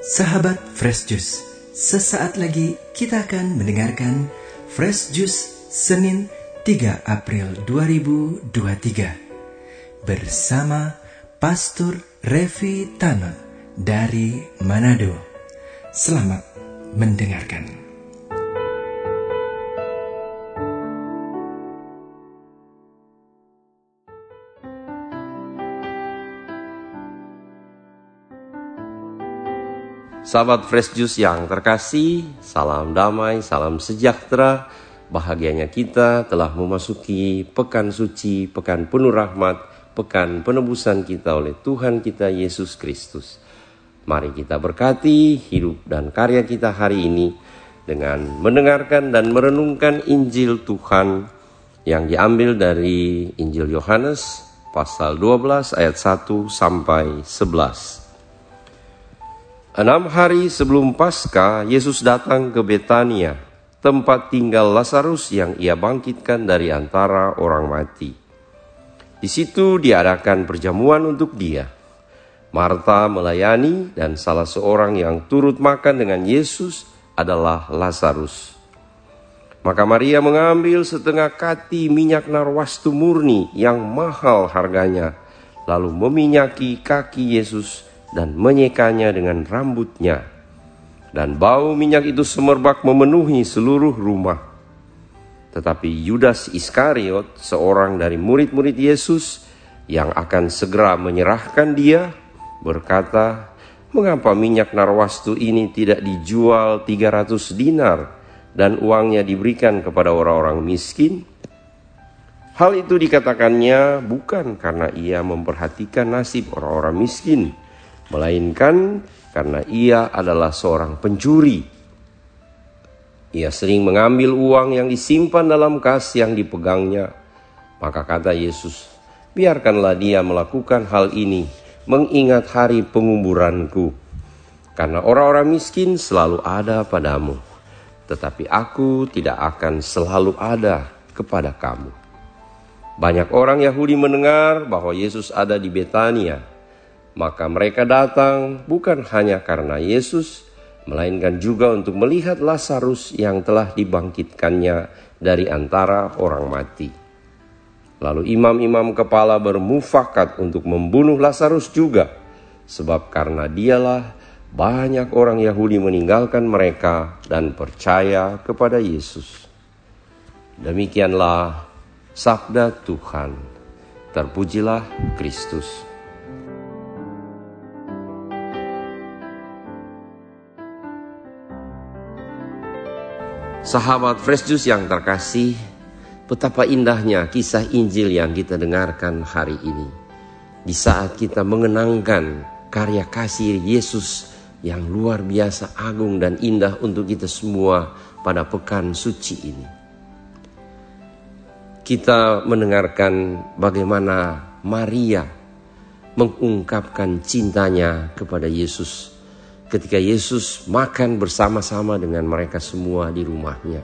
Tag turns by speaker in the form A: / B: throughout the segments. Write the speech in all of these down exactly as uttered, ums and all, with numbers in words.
A: Sahabat Fresh Juice, sesaat lagi kita akan mendengarkan Fresh Juice Senin tiga April dua ribu dua puluh tiga bersama Pastor Revi Tama dari Manado. Selamat mendengarkan.
B: Sahabat Fresh Juice yang terkasih, salam damai, salam sejahtera. Bahagianya kita telah memasuki pekan suci, pekan penuh rahmat, pekan penebusan kita oleh Tuhan kita Yesus Kristus. Mari kita berkati hidup dan karya kita hari ini dengan mendengarkan dan merenungkan Injil Tuhan yang diambil dari Injil Yohanes pasal dua belas ayat satu sampai sebelas. Enam hari sebelum Paskah, Yesus datang ke Betania, tempat tinggal Lazarus yang ia bangkitkan dari antara orang mati. Di situ diadakan perjamuan untuk dia. Marta melayani dan salah seorang yang turut makan dengan Yesus adalah Lazarus. Maka Maria mengambil setengah kati minyak narwastu murni yang mahal harganya, lalu meminyaki kaki Yesus dan menyekanya dengan rambutnya. Dan bau minyak itu semerbak memenuhi seluruh rumah. Tetapi Yudas Iskariot, seorang dari murid-murid Yesus yang akan segera menyerahkan dia, berkata, "Mengapa minyak narwastu ini tidak dijual tiga ratus dinar dan uangnya diberikan kepada orang-orang miskin?" Hal itu dikatakannya bukan karena ia memperhatikan nasib orang-orang miskin, melainkan karena ia adalah seorang pencuri. Ia sering mengambil uang yang disimpan dalam kas yang dipegangnya. Maka kata Yesus, "Biarkanlah dia melakukan hal ini, mengingat hari penguburanku. Karena orang-orang miskin selalu ada padamu, tetapi aku tidak akan selalu ada kepada kamu." Banyak orang Yahudi mendengar bahwa Yesus ada di Betania. Maka mereka datang bukan hanya karena Yesus, melainkan juga untuk melihat Lazarus yang telah dibangkitkannya dari antara orang mati. Lalu imam-imam kepala bermufakat untuk membunuh Lazarus juga, sebab karena dialah banyak orang Yahudi meninggalkan mereka dan percaya kepada Yesus. Demikianlah sabda Tuhan. Terpujilah Kristus. Sahabat Fresh Juice yang terkasih, betapa indahnya kisah Injil yang kita dengarkan hari ini. Di saat kita mengenangkan karya kasih Yesus yang luar biasa agung dan indah untuk kita semua pada pekan suci ini. Kita mendengarkan bagaimana Maria mengungkapkan cintanya kepada Yesus ketika Yesus makan bersama-sama dengan mereka semua di rumahnya.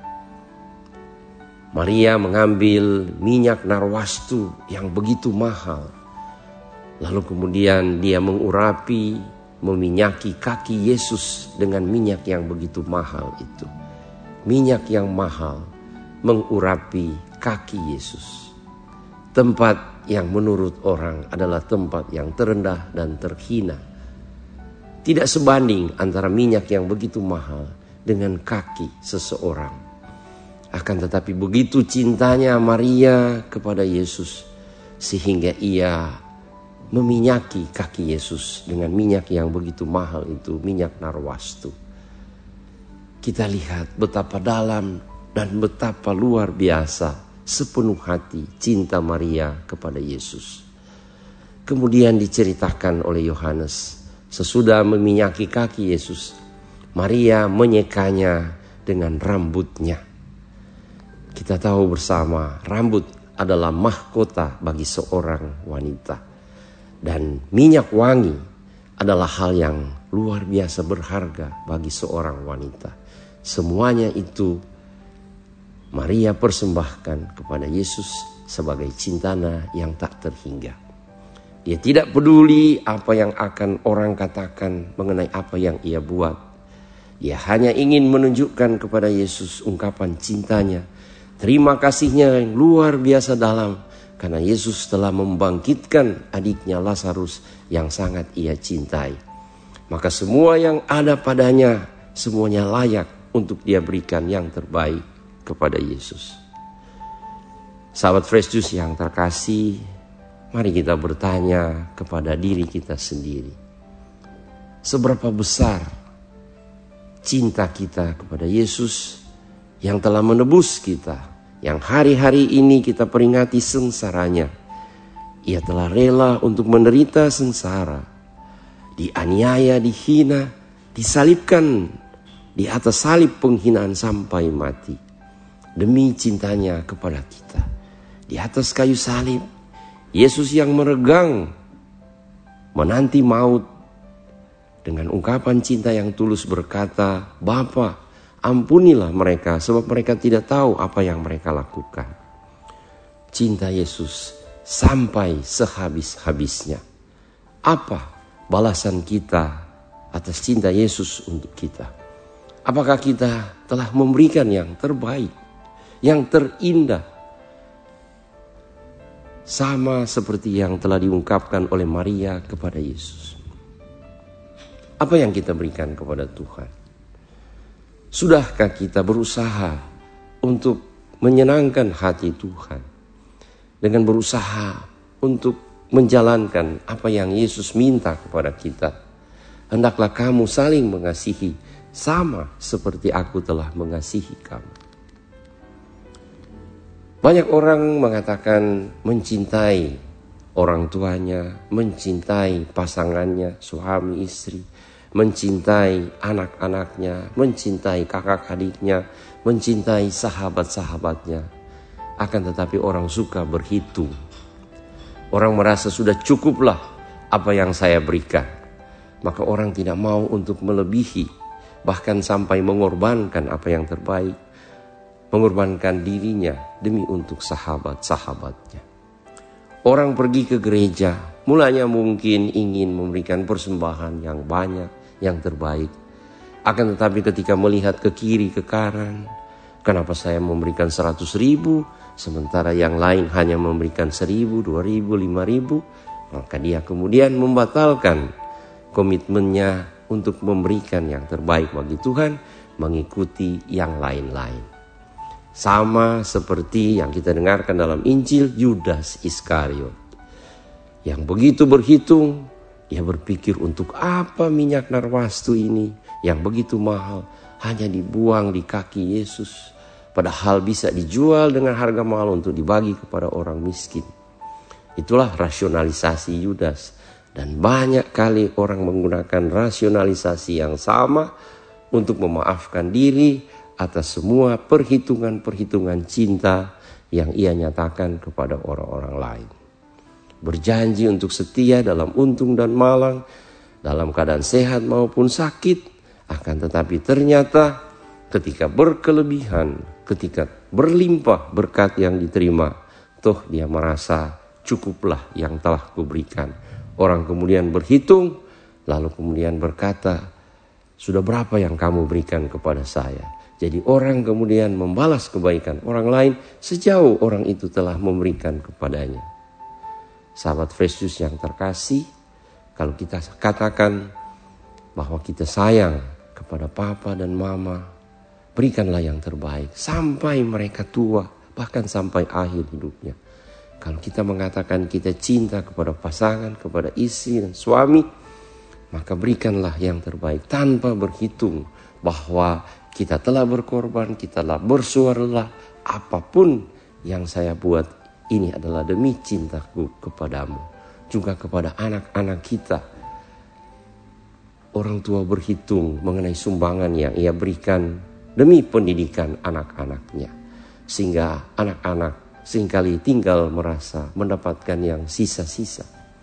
B: Maria mengambil minyak narwastu yang begitu mahal. Lalu kemudian dia mengurapi, meminyaki kaki Yesus dengan minyak yang begitu mahal itu. Minyak yang mahal mengurapi kaki Yesus. Tempat yang menurut orang adalah tempat yang terendah dan terhina. Tidak sebanding antara minyak yang begitu mahal dengan kaki seseorang. Akan tetapi begitu cintanya Maria kepada Yesus, sehingga ia meminyaki kaki Yesus dengan minyak yang begitu mahal itu, minyak narwastu. Kita lihat betapa dalam dan betapa luar biasa sepenuh hati cinta Maria kepada Yesus. Kemudian diceritakan oleh Yohanes, sesudah meminyaki kaki Yesus, Maria menyekanya dengan rambutnya. Kita tahu bersama, rambut adalah mahkota bagi seorang wanita. Dan minyak wangi adalah hal yang luar biasa berharga bagi seorang wanita. Semuanya itu Maria persembahkan kepada Yesus sebagai cintana yang tak terhingga. Dia tidak peduli apa yang akan orang katakan mengenai apa yang ia buat. Dia hanya ingin menunjukkan kepada Yesus ungkapan cintanya, terima kasihnya yang luar biasa dalam, karena Yesus telah membangkitkan adiknya Lazarus yang sangat ia cintai. Maka semua yang ada padanya, semuanya layak untuk dia berikan yang terbaik kepada Yesus. Sahabat Fresh Juice yang terkasih, mari kita bertanya kepada diri kita sendiri. Seberapa besar cinta kita kepada Yesus yang telah menebus kita, yang hari-hari ini kita peringati sengsaranya. Ia telah rela untuk menderita sengsara, dianiaya, dihina, disalibkan di atas salib penghinaan sampai mati. Demi cintanya kepada kita. Di atas kayu salib, Yesus yang meregang menanti maut dengan ungkapan cinta yang tulus berkata, Bapa, ampunilah mereka sebab mereka tidak tahu apa yang mereka lakukan. Cinta Yesus sampai sehabis-habisnya. Apa balasan kita atas cinta Yesus untuk kita? Apakah kita telah memberikan yang terbaik, yang terindah, sama seperti yang telah diungkapkan oleh Maria kepada Yesus? Apa yang kita berikan kepada Tuhan? Sudahkah kita berusaha untuk menyenangkan hati Tuhan dengan berusaha untuk menjalankan apa yang Yesus minta kepada kita? Hendaklah kamu saling mengasihi sama seperti aku telah mengasihi kamu. Banyak orang mengatakan mencintai orang tuanya, mencintai pasangannya, suami istri, mencintai anak-anaknya, mencintai kakak adiknya, mencintai sahabat-sahabatnya. Akan tetapi orang suka berhitung. Orang merasa sudah cukuplah apa yang saya berikan. Maka orang tidak mau untuk melebihi, bahkan sampai mengorbankan apa yang terbaik, mengorbankan dirinya demi untuk sahabat-sahabatnya. Orang pergi ke gereja, mulanya mungkin ingin memberikan persembahan yang banyak, yang terbaik. Akan tetapi ketika melihat ke kiri, ke kanan, kenapa saya memberikan seratus ribu, sementara yang lain hanya memberikan seribu, dua ribu, lima ribu, maka dia kemudian membatalkan komitmennya untuk memberikan yang terbaik bagi Tuhan, mengikuti yang lain-lain. Sama seperti yang kita dengarkan dalam Injil, Yudas Iskariot, yang begitu berhitung, dia berpikir untuk apa minyak narwastu ini yang begitu mahal hanya dibuang di kaki Yesus, padahal bisa dijual dengan harga mahal untuk dibagi kepada orang miskin. Itulah rasionalisasi Yudas. Dan banyak kali orang menggunakan rasionalisasi yang sama untuk memaafkan diri atas semua perhitungan-perhitungan cinta yang ia nyatakan kepada orang-orang lain. Berjanji untuk setia dalam untung dan malang, dalam keadaan sehat maupun sakit. Akan tetapi ternyata ketika berkelebihan, ketika berlimpah berkat yang diterima, toh dia merasa cukuplah yang telah kuberikan. Orang kemudian berhitung, lalu kemudian berkata, sudah berapa yang kamu berikan kepada saya? Jadi orang kemudian membalas kebaikan orang lain sejauh orang itu telah memberikan kepadanya. Sahabat Fresh Juice yang terkasih, kalau kita katakan bahwa kita sayang kepada papa dan mama, berikanlah yang terbaik sampai mereka tua, bahkan sampai akhir hidupnya. Kalau kita mengatakan kita cinta kepada pasangan, kepada istri dan suami, maka berikanlah yang terbaik tanpa berhitung bahwa kita telah berkorban, kita telah bersuara, apapun yang saya buat ini adalah demi cintaku kepadamu. Juga kepada anak-anak kita. Orang tua berhitung mengenai sumbangan yang ia berikan demi pendidikan anak-anaknya. Sehingga anak-anak seringkali tinggal merasa mendapatkan yang sisa-sisa.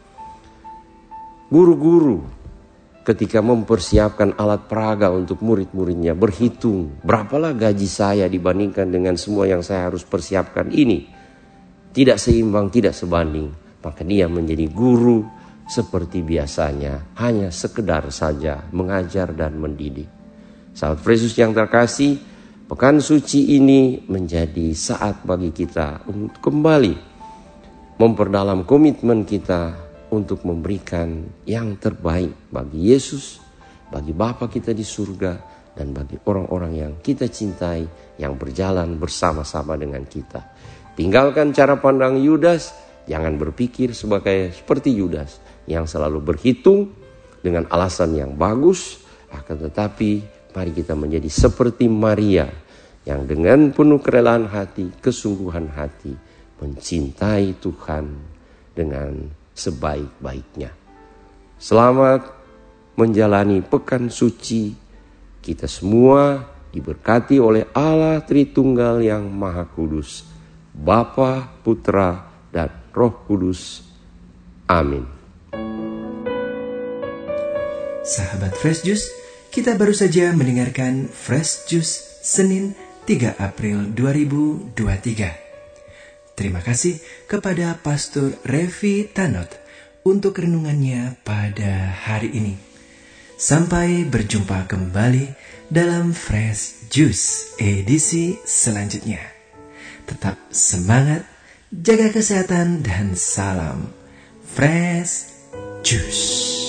B: Guru-guru ketika mempersiapkan alat peraga untuk murid-muridnya berhitung, berapalah gaji saya dibandingkan dengan semua yang saya harus persiapkan ini. Tidak seimbang, tidak sebanding. maka dia menjadi guru seperti biasanya, hanya sekedar saja mengajar dan mendidik. Sahabat Yesus yang terkasih, pekan suci ini menjadi saat bagi kita untuk kembali memperdalam komitmen kita untuk memberikan yang terbaik bagi Yesus, bagi Bapa kita di surga, dan bagi orang-orang yang kita cintai yang berjalan bersama-sama dengan kita. Tinggalkan cara pandang Yudas, jangan berpikir sebagai seperti Yudas yang selalu berhitung dengan alasan yang bagus, akan tetapi mari kita menjadi seperti Maria yang dengan penuh kerelaan hati, kesungguhan hati mencintai Tuhan dengan sebaik-baiknya. Selamat menjalani pekan suci. Kita semua diberkati oleh Allah Tritunggal yang Maha Kudus, Bapa, Putra, dan Roh Kudus. Amin.
A: Sahabat Fresh Juice, kita baru saja mendengarkan Fresh Juice Senin tiga April dua ribu dua puluh tiga. Terima kasih kepada Pastor Revi Tanot untuk renungannya pada hari ini. Sampai berjumpa kembali dalam Fresh Juice edisi selanjutnya. Tetap semangat, jaga kesehatan, dan salam Fresh Juice.